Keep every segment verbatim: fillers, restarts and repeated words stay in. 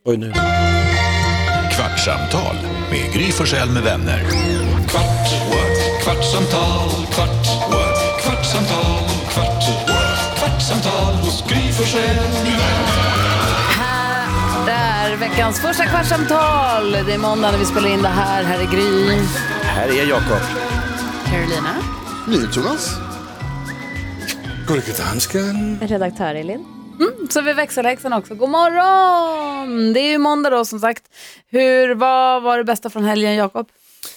Oj, nu. Kvartsamtal med Gry Forssell med vänner. Kvart, what? Kvartsamtal, kvart, what? Kvartsamtal, kvart, what? Kvartsamtal hos Gry Forssell med vänner. Här är veckans första kvartsamtal. Det är måndag när vi spelar in det här. Här är Gry. Här är Jakob. Carolina. NyhetsJonas. Gurkedansken. Redaktör Elin. Mm, så vi växelhäxan också. God morgon! Det är ju måndag då som sagt. Hur, vad var det bästa från helgen, Jakob?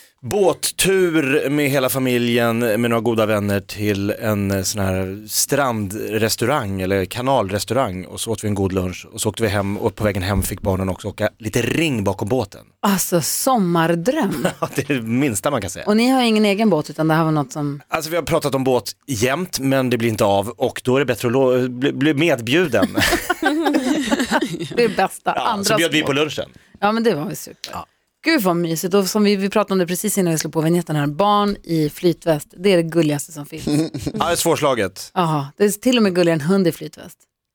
Båttur med hela familjen med några goda vänner till en sån här strandrestaurang eller kanalrestaurang, och så åt vi en god lunch och så åkte vi hem, och på vägen hem fick barnen också åka lite ring bakom båten. Alltså sommardröm. Ja, det är det minsta man kan säga. Och ni har ingen egen båt utan det här var något som... Alltså vi har pratat om båt jämt, men det blir inte av, och då är det bättre att lo- bli, bli medbjuden. Det är bästa. Ja, Andra så bjöd vi spår. på lunchen. Ja, men det var ju super. Ja. Gud vad mysigt. Och som vi, vi pratade om det precis innan vi slog på vignetten här. Barn i flytväst, det är det gulligaste som finns. Ja, det är svårslaget. Jaha, det är till och med gulligare än hund i flytväst.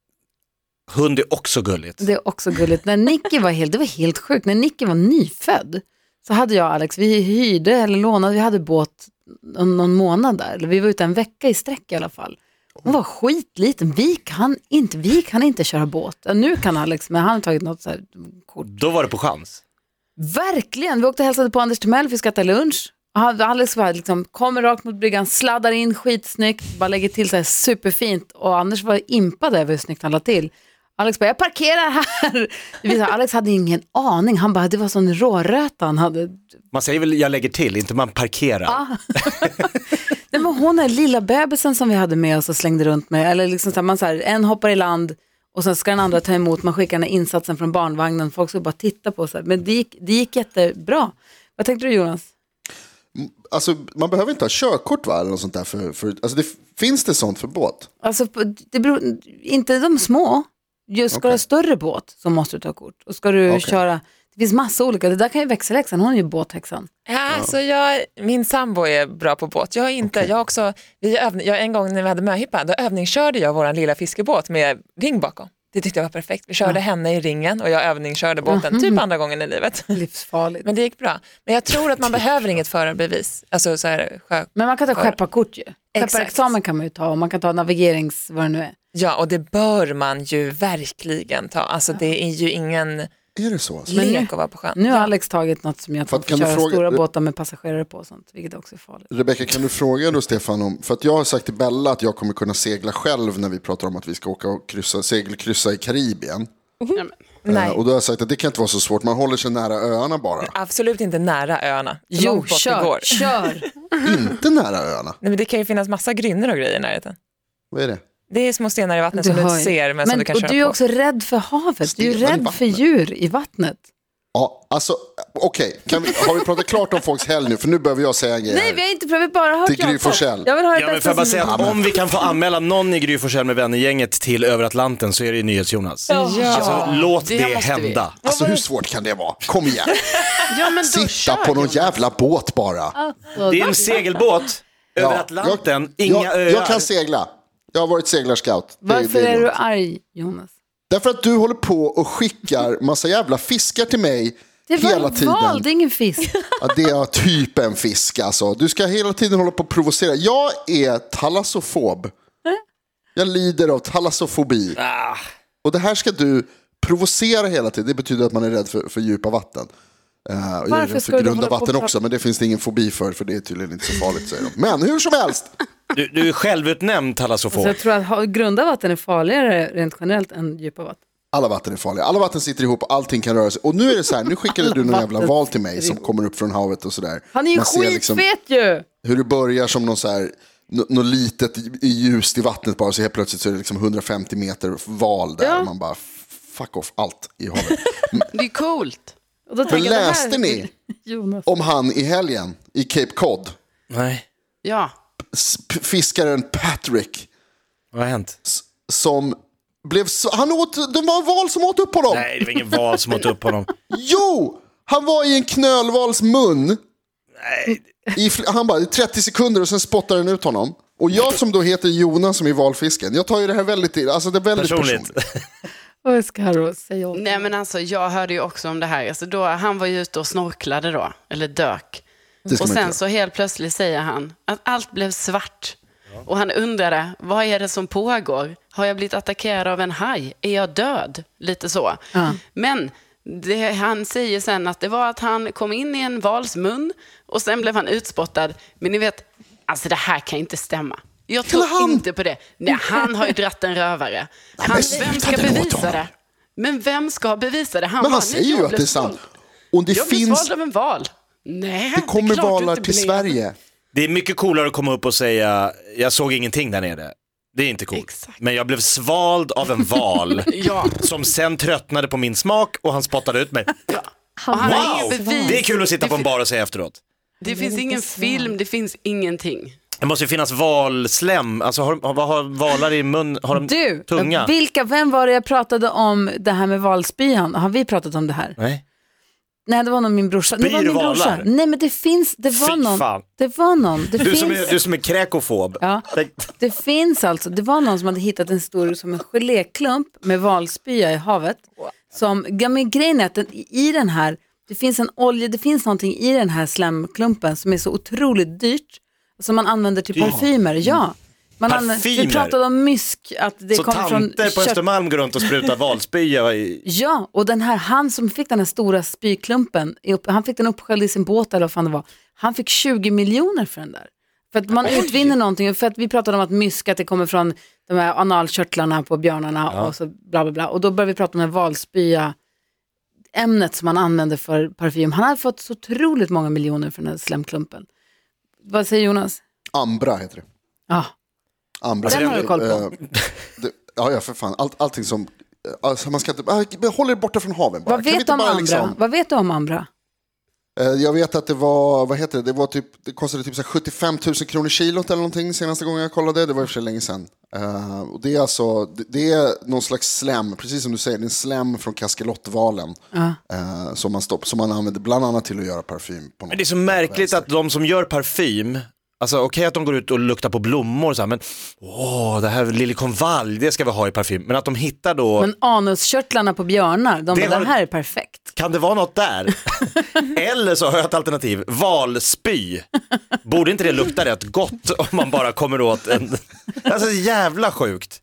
Hund är också gulligt. Det är också gulligt. När Nicky var helt, det var helt sjukt. När Nicky var nyfödd så hade jag och Alex, vi hyrde eller lånade, vi hade båt någon månad där. Eller vi var ute en vecka i sträck i alla fall. Hon var skitliten. Vi kan inte, vi kan inte köra båt. Nu kan Alex, men han har tagit något så här kort. Då var det på chans. Verkligen. Vi åkte och hälsade på Anders Timell, vi ska äta lunch. Alex var liksom, kommer rakt mot bryggan, sladdar in skitsnyggt, bara lägger till så här superfint. Och Anders var impad över hur snyggt han la till. Alex bara, jag parkerar här. Vi sa, Alex hade ingen aning. Han bara, det var sån råröta han hade. Man säger väl, jag lägger till, inte man parkerar. Ah. Nej, men hon är lilla bebisen som vi hade med oss och slängde runt med. Eller liksom så här, man så här, en hoppar i land och sen ska den andra ta emot. Man skickar den här insatsen från barnvagnen. Folk ska bara titta på sig. Men det gick, det gick jättebra. Vad tänkte du, Jonas? Alltså man behöver inte ha körkort, va, eller något sånt där för, för alltså det, finns det sånt för båt? Alltså det beror, inte de små. Just ska Okay. du ha större båt så måste du ta kort. Och ska du Okay. köra, det finns massa olika. Det där kan ju växelhäxan, hon är ju båthäxan. Ja, alltså jag, min sambo är bra på båt. Jag är inte, Okay. jag också, vi övning, jag, en gång när vi hade möhippa, då övningskörde jag våran lilla fiskebåt med ring bakom. Det tyckte jag var perfekt. Vi körde ja. henne i ringen och jag övningskörde båten mm-hmm. typ andra gången i livet. Livsfarligt. Men det gick bra. Men jag tror att man behöver inget förarbevis. Alltså så här, sjö, Men man kan ta för... skepparkort ju. Skepparexamen kan man ju ta och man kan ta navigerings, vad det nu är. Ja, och det bör man ju verkligen ta. Alltså ja. Det är ju ingen... Är det så? Men lek att vara på sjön. Nu har Alex tagit något som jag tror att köra fråga... stora båtar med passagerare på och sånt, vilket också är farligt. Rebecka, kan du fråga då Stefan om, för att jag har sagt till Bella att jag kommer kunna segla själv när vi pratar om att vi ska åka och kryssa, segelkryssa i Karibien. Mm. Nej. Och då har jag sagt att det kan inte vara så svårt, man håller sig nära öarna bara. Absolut inte nära öarna. Jo, kör, kör. Inte nära öarna. Nej, men det kan ju finnas massa grynnor och grejer i närheten. Vad är det? Det är små stenar i vattnet du som du inte ser, men, men som du kan och köra du är på. också rädd för havet. Stenar du är rädd för djur i vattnet. Ja, alltså okej, okay. Har vi pratat klart om folks helg nu? För nu behöver jag säga en grej. Nej, vi har inte vi bara hört till Gry Forssell. Jag vill höra ja, men får jag bara säga att om vi kan få anmäla någon i Gry Forssell med vännergänget till över Atlanten så är det ju NyhetsJonas. Ja. Alltså, låt det, det hända. Vi. Alltså hur svårt kan det vara? Kom igen. Ja, men sitta på någon jävla båt bara. Alltså, det är en segelbåt över ja, Atlanten, jag, inga jag, öar. Jag kan segla. Jag har varit seglarscout. Varför det, det är, är du långt. arg, Jonas? Därför att du håller på och skickar massa jävla fiskar till mig det var hela tiden. Val, det är ingen fisk. Ja, det är typ en fisk alltså. Du ska hela tiden hålla på och provocera. Jag är talassofob. Jag lider av talassofobi. Ah. Och det här ska du provocera hela tiden. Det betyder att man är rädd för, för djupa vatten. Uh, och jag är rädd för grunda vatten också, men det finns det ingen fobi för, för det är tydligen inte så farligt, säger de. Men hur som helst. Du, du är självutnämnd talassofob. Så jag tror att grunda vatten är farligare rent generellt än djupa vatten. Alla vatten är farliga. Alla vatten sitter ihop och allting kan röra sig. Och nu är det så här, nu skickade du någon jävla val till mig som kommer upp från havet och sådär. Han är ju Man ser skitfet liksom ju! hur det börjar som någon så här, något litet ljus i vattnet bara, så helt plötsligt så är det liksom hundrafemtio meter val där. Ja. Och man bara, fuck off allt i havet. Det är coolt. Och då Men jag, läste här... ni Jonas. om han i helgen i Cape Cod? Nej. Ja. Fiskaren Patrick. Vad har hänt? S- som blev så, han åt, det var en val som åt upp honom. Nej, det var ingen val som åt upp honom. Jo, han var i en knölvals mun. Nej. I, han bara, i trettio sekunder och sen spottar den ut honom. Och jag som då heter Jonas som är valfisken, jag tar ju det här väldigt, alltså det är väldigt personligt. personligt. Vad ska Karo säga åt? Nej men alltså jag hörde ju också om det här. Alltså, då, han var ju ute och snorklade då, eller dök. Och sen så helt plötsligt säger han att allt blev svart. Ja. Och han undrade, vad är det som pågår? Har jag blivit attackerad av en haj? Är jag död? Lite så. Ja. Men det, han säger sen att det var att han kom in i en vals mun och sen blev han utspottad. Men ni vet, alltså det här kan inte stämma. Jag tror han... inte på det. Nej, han har ju dratt en rövare. Han, vem ska bevisa det? Men vem ska bevisa det? Han men han säger ju att det är sant. Och det jag finns... blir svald av en val. Nej, det kommer det valar till Sverige. Det är mycket coolare att komma upp och säga jag såg ingenting där nere. Det är inte coolt. Exakt. Men jag blev svald av en val ja. som sen tröttnade på min smak och han spottade ut mig. Ja. Han wow! Det är kul att sitta det på en bar och säga efteråt. Det, det finns ingen film, det finns ingenting. Det måste ju finnas valslem. Alltså, har, vad har valar i mun? Har de du, tunga? Vilka, vem var det jag pratade om det här med valspyan? Har vi pratat om det här? Nej. Nej, det var nog min brorsa. Det var min brorsa. Nej, men det finns, det var Fy någon. Fan. Det var någon. Det du, finns, som är, du som är kräkofob. Ja, det finns alltså, det var någon som hade hittat en stor som en geléklump med valspya i havet. Som, ja, men grejen är att den, i den här, det finns en olja, det finns någonting i den här slemklumpen som är så otroligt dyrt. Som man använder till parfymer, ja. Man använder, vi pratade om mysk. Att det så kommer tanter från på Östermalm går runt och sprutar valspya i... Ja, och den här, han som fick den här stora spyklumpen, han fick den uppsköljd i sin båt eller vad fan det var. Han fick tjugo miljoner för den där. För att man Oj. utvinner någonting, för att vi pratade om att mysk, att det kommer från de här analkörtlarna på björnarna ja. och så bla bla bla. Och då började vi prata om den här valspya ämnet som man använder för parfym. Han hade fått så otroligt många miljoner för den här slemklumpen. Vad säger Jonas? Ambra heter det. Ja. Ambra. Den har du koll på. Äh, det, ja, ja, för fan. Allt, allting som... Alltså, man ska inte... Äh, håll er borta från haven bara. Vad vet du om Ambra? Liksom, vad vet du om Ambra? Äh, jag vet att det var... Vad heter det? Det, var typ, det kostade typ så här sjuttiofem tusen kronor kilot eller någonting senaste gången jag kollade. Det var i och för sig länge sedan. Uh, och det är alltså... Det, det är någon slags slem. Precis som du säger. Det är en slem från kaskelottvalen. Uh. Uh, som, man stopp, som man använder bland annat till att göra parfym. På men det är så märkligt att de som gör parfym... Alltså okej okay, att de går ut och luktar på blommor så här, men åh, det här liljekonvalj, det ska vi ha i parfym. Men att de hittar då... Men anuskörtlarna på björnar, de det, bara, det här är perfekt. Kan det vara något där? Eller så har jag ett alternativ, valspy. Borde inte det lukta rätt gott om man bara kommer åt en... Alltså jävla sjukt.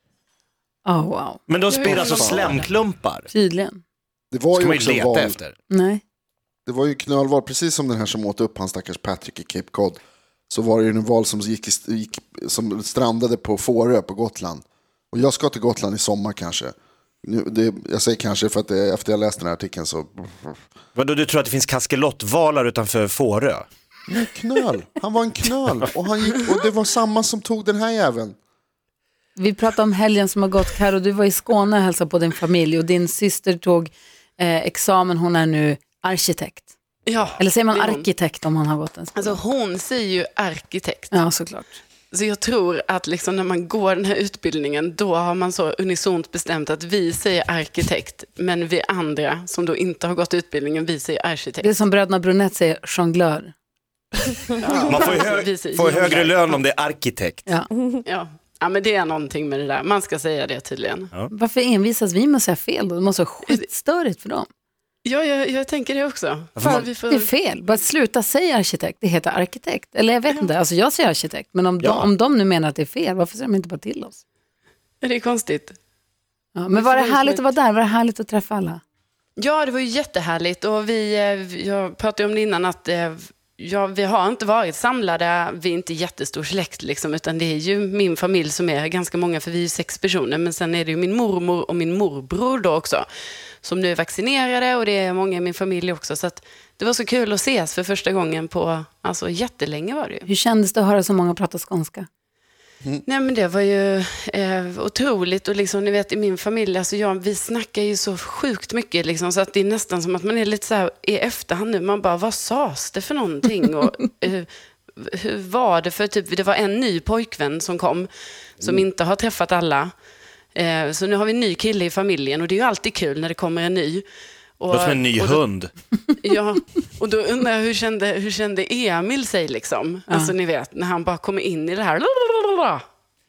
Oh, wow. Men de spyr alltså slemklumpar. Tydligen. Det var ju man också leta val... efter. Nej. Det var ju knölval, precis som den här som åt upp hans stackars Patrick i Cape Cod. Så var det ju en val som, gick, gick, som strandade på Fårö på Gotland. Och jag ska till Gotland i sommar kanske. Nu, det, jag säger kanske för att det, efter jag läste den här artikeln så... Vadå, du tror att det finns kaskelottvalar utanför Fårö? Nej, knöl. Han var en knöl. Och, han gick, och det var samma som tog den här jäveln. Vi pratade om helgen som har gått, Karo. Du var i Skåne och hälsade på din familj. Och din syster tog eh, examen. Hon är nu arkitekt. Ja, eller säger man arkitekt om man har gått en skola? Alltså hon säger ju arkitekt. Ja, såklart. Så jag tror att liksom när man går den här utbildningen, då har man så unisont bestämt att vi säger arkitekt, men vi andra som då inte har gått utbildningen, vi säger arkitekt. Det är som bröderna Brunett säger jonglör. Ja, man får ju hö- får högre lön om det är arkitekt. Ja. Ja. Ja, men det är någonting med det där. Man ska säga det tydligen. Ja. Varför envisas vi med att säga fel då? Det måste vara skitstörigt för dem. Ja, jag, jag tänker det också. För vi får... Det är fel. Bara sluta säga arkitekt. Det heter arkitekt. Eller jag vet ja. inte. Alltså jag säger arkitekt. Men om, ja. de, om de nu menar att det är fel, varför säger de inte bara till oss? Ja, det är konstigt. Ja, men var det härligt att vara där? Var det härligt att träffa alla? Ja, det var ju jättehärligt. Och vi, jag pratade om det innan att ja, vi har inte varit samlade. Vi är inte jättestor släkt liksom, utan det är ju min familj som är ganska många, för vi är ju sex personer. Men sen är det ju min mormor och min morbror då också, som nu är vaccinerade, och det är många i min familj också. Så att det var så kul att ses för första gången på, alltså jättelänge var det ju. Hur kändes det att höra så många prata skånska? Mm. Nej, men det var ju eh, otroligt, och liksom, ni vet, i min familj, alltså jag, vi snackar ju så sjukt mycket liksom, så att det är nästan som att man är lite så här i efterhand nu, man bara, vad sades det för någonting? Och eh, hur var det för typ, det var en ny pojkvän som kom, som mm. inte har träffat alla. Eh, så nu har vi en ny kille i familjen, och det är ju alltid kul när det kommer en ny. Och, det är som en ny och då, hund. Ja, och då undrar jag hur kände, hur kände Emil sig liksom? Ja. Alltså ni vet, när han bara kommer in i det här.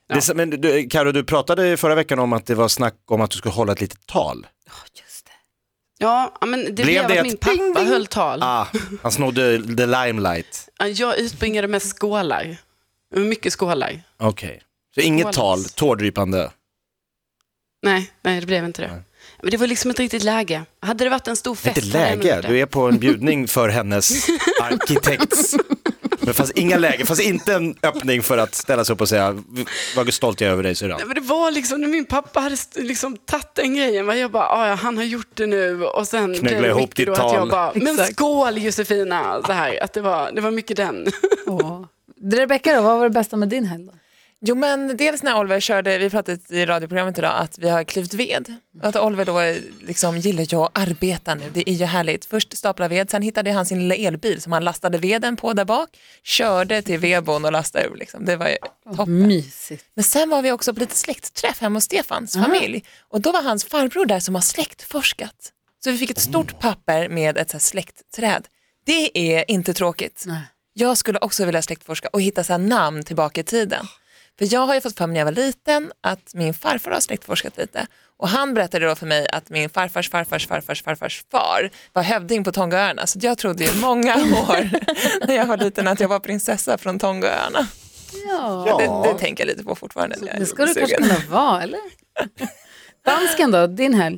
Ja. Det, men du, Karo, du pratade förra veckan om att det var snack om att du skulle hålla ett litet tal. Ja, just det. Ja, men det blev, blev det att min pappa ding, ding. höll tal. Ah, han snodde the limelight. Jag utbringade med skålar. Mycket skålar. Okej, okay. Så inget Skålas. tal, tårdrypande? Nej, nej, det blev inte det. Nej. Men det var liksom ett riktigt läge. Hade det varit en stor fest... Inte läge, du är på en bjudning för hennes arkitekts... Men det fanns inga läge, det fanns inte en öppning för att ställa sig upp och säga vad stolt jag är över dig, syrran. Nej, men det var liksom när min pappa hade liksom tagit den grejen, var jag bara, ja, han har gjort det nu, och sen knöggla ihop ditt tal. Att jag bara, men skål Josefina, så här, att det var, det var mycket den. Åh. Rebecka då, vad var det bästa med din helg då? Jo, men dels när Oliver körde, vi pratade i radioprogrammet idag att vi har klivit ved. Att Oliver då liksom gillar jag att arbeta nu, det är ju härligt. Först stapla ved, sen hittade han sin lilla elbil som han lastade veden på där bak. Körde till vedbon och lastade ur liksom. Det var ju toppen. Mysigt. Men sen var vi också på lite släktträff hemma hos Stefans Aha. familj. Och då var hans farbror där som har släktforskat. Så vi fick ett stort papper med ett så här släktträd. Det är inte tråkigt. Nej. Jag skulle också vilja släktforska och hitta så här namn tillbaka i tiden. För jag har ju fått för mig när jag var liten att min farfar har släktforskat lite. Och han berättade då för mig att min farfars farfars farfars farfars far var hövding på Tongaöarna. Så jag trodde ju många år när jag var liten att jag var prinsessa från Tongaöarna. Ja. Det, det tänker jag lite på fortfarande. Så det skulle du kanske kunna vara, eller? Dansken då, din helg?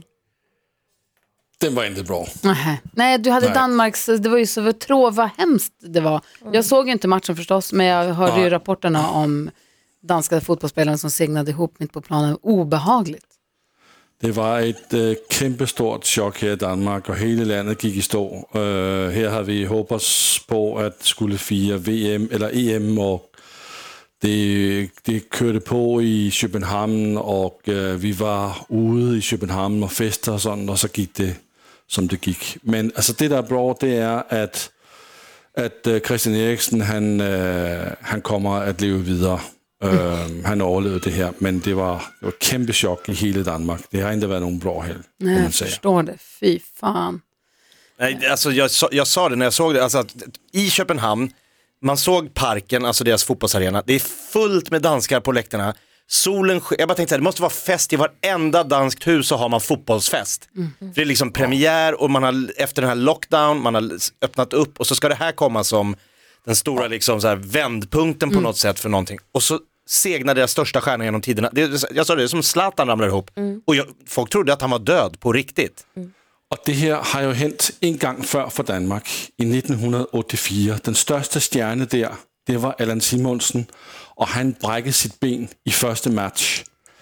Den var inte bra. Nähä. Nej, du hade Nej. Danmarks, det var ju så trå, vad hemskt det var. Jag såg ju inte matchen förstås, men jag hörde Nej. ju rapporterna om danska fotbollsspelare som segnade ihop mitt på planen. Obehagligt. Det var ett äh, kæmpestort chok här i Danmark och hela landet gick i stå. Äh, här hade vi hoppats på att skulle fira V M eller E M och det, det körde på i Köpenhamn och äh, vi var ute i Köpenhamn och fester och sånt och så gick det som det gick. Men alltså det där är bra, det är att, att äh, Christian Eriksen han, äh, han kommer att leva vidare. Uh, han överlevde det här, men det var, det var kæmpe chock i hela Danmark. Det har inte varit någon bra helg. Nej, jag förstår det. Fy fan. Nej, alltså jag, jag sa det när jag såg det. Alltså, att i Köpenhamn, man såg parken, alltså deras fotbollsarena. Det är fullt med danskar på läktarna. Solen, jag bara tänkte att det måste vara fest i varenda danskt hus, så har man fotbollsfest. Mm. För det är liksom premiär och man har efter den här lockdown, man har öppnat upp och så ska det här komma som den stora liksom så här vändpunkten på mm. något sätt för någonting. Och så segnar deras största stjärna genom tiderna. Det, jag sa det, det är som Zlatan ramlar ihop. Mm. Och jag, folk trodde att han var död på riktigt. Mm. Och det här har ju hänt en gång för för Danmark i nittonhundraåttiofyra. Den största stjärnan där, det var Allan Simonsen. Och han bräckte sitt ben i första match.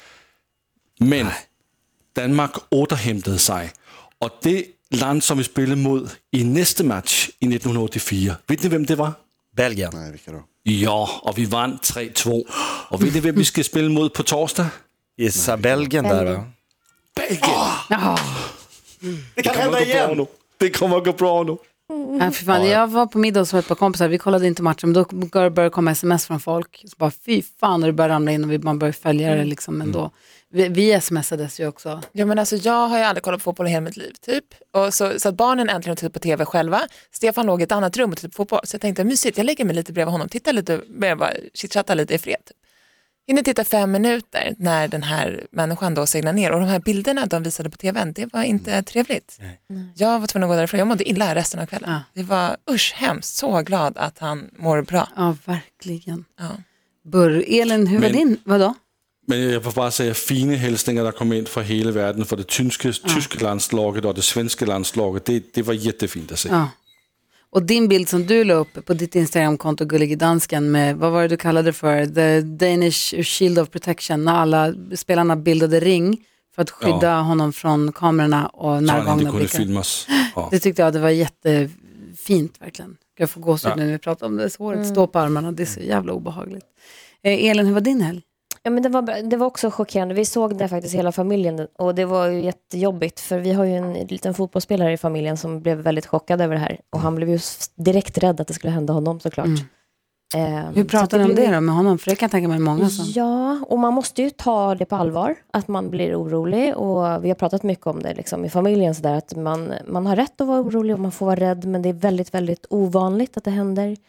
Men Danmark återhämtade sig. Och det land som vi spelade mot i nästa match i nittonhundraåttiofyra. Vet ni vem det var? Belgien. Nej, vilka då? Ja, och vi vann tre två. Och vet ni vem vi ska spela mot på torsdag? Gissa Belgien där, va? Belgien! Oh. Mm. Det kan hända igen! Det kommer att gå bra nu. Mm. Ja, för fan, jag var på middag hos ett par kompisar, vi kollade inte matchen, men då började komma sms från folk. Så bara, fy fan, när det började ramla in och man började följa det liksom ändå. Mm. Vi, vi smsades ju också. Ja, men alltså jag har ju aldrig kollat på fotboll i hela mitt liv, typ. Och så, så att barnen äntligen tittade på tv själva. Stefan låg i ett annat rum och tittade på fotboll. Så jag tänkte, mysigt, jag lägger mig lite bredvid honom. Titta lite, börjar bara chitchatta lite i fred. Typ. Hinner titta fem minuter när den här människan då segnar ner. Och de här bilderna de visade på tvn, det var inte mm. trevligt. Mm. Jag var tvungen att gå därifrån. Jag mådde illa resten av kvällen. Ja. Det var usch hemskt. Så glad att han mår bra. Ja, verkligen. Ja. Bör, Elin, hur men, var din? Vadå? Men jag får bara säga fina hälsningar där kom in från hela världen. För det tyska, ja. tyska landslaget och det svenska landslaget. Det, det var jättefint att se. Ja. Och din bild som du la upp på ditt Instagramkonto Gullige Dansken med, vad var det du kallade för? The Danish Shield of Protection, när alla spelarna bildade ring för att skydda ja. honom från kamerorna och närgångna blickar. Ja. Det tyckte jag det var jättefint verkligen. Jag får gå så ja. när vi pratar om det, så håret mm. står på armarna, det är så jävla obehagligt. Eh, Elin, hur var din helg? Ja, men det var, det var också chockerande. Vi såg det faktiskt hela familjen och det var ju jättejobbigt för vi har ju en liten fotbollsspelare i familjen som blev väldigt chockad över det här och han blev ju direkt rädd att det skulle hända honom såklart. Mm. Eh, Hur pratade du om det då med honom? För det kan jag tänka mig många som... Ja, och man måste ju ta det på allvar att man blir orolig och vi har pratat mycket om det liksom, i familjen sådär att man, man har rätt att vara orolig och man får vara rädd men det är väldigt, väldigt ovanligt att det händer.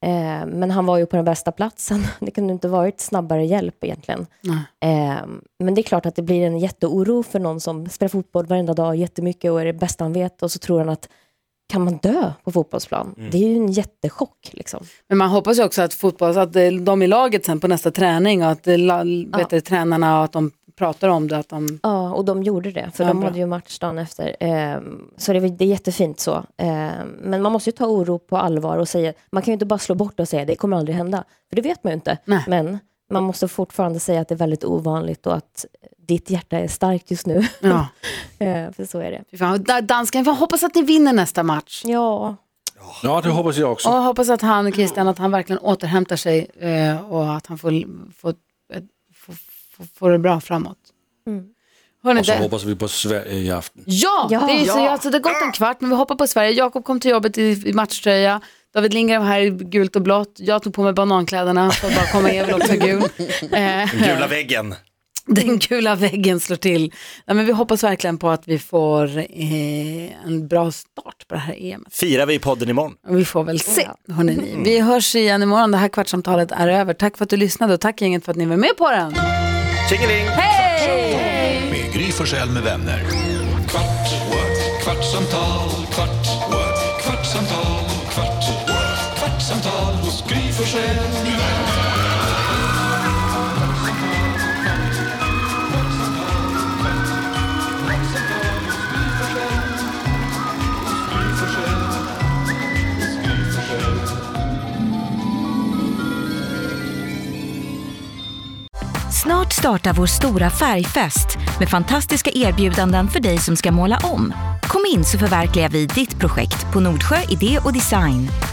Eh, men han var ju på den bästa platsen. Det kunde inte varit snabbare hjälp egentligen. Eh, men det är klart att det blir en jätteoro för någon som spelar fotboll varenda dag jättemycket och är det bästa han vet. Och så tror han att kan man dö på fotbollsplan? Mm. Det är ju en jättechock liksom. Men man hoppas ju också att fotboll, att de i laget sen på nästa träning och att ja. vet du, tränarna och att de pratar om det. Att de... Ja, och de gjorde det. För ja, de bra. hade ju match dagen efter. Eh, så det, det är jättefint så. Eh, men man måste ju ta oro på allvar och säga, man kan ju inte bara slå bort och säga det kommer aldrig hända. För det vet man ju inte. Nej. Men man måste fortfarande säga att det är väldigt ovanligt och att ditt hjärta är starkt just nu. Ja. eh, för så är det. Fan, dansken, jag hoppas att ni vinner nästa match. Ja. Ja, det hoppas jag också. Och jag hoppas att han, Christian, att han verkligen återhämtar sig eh, och att han får, får, får, får, får det bra framåt. Mm. Hörrni, och så det... hoppas vi på Sverige i afton. Ja, ja. Det är så, alltså, det har gått en kvart, men vi hoppar på Sverige. Jakob kom till jobbet i, i matchtröja. David Lindgren var här i gult och blått. Jag tog på mig banankläderna för att bara komma in, väl också gul. Den gula väggen. Den gula väggen slår till. Ja, men vi hoppas verkligen på att vi får eh, en bra start på det här E M. Firar vi i podden imorgon? Vi får väl se. Hörrni, ni. Vi hörs igen imorgon. Det här kvartsamtalet är över. Tack för att du lyssnade och tack gänget för att ni var med på den. Tjingeling! Hej! Med Gry Forssell med vänner. Kvart, what? Kvartsamtal, kvart, what? Kvartsamtal, kvart, what? Kvartsamtal hos Gry Forssell med vänner. Snart startar vår stora färgfest med fantastiska erbjudanden för dig som ska måla om. Kom in så förverkligar vi ditt projekt på Nordsjö Idé och Design.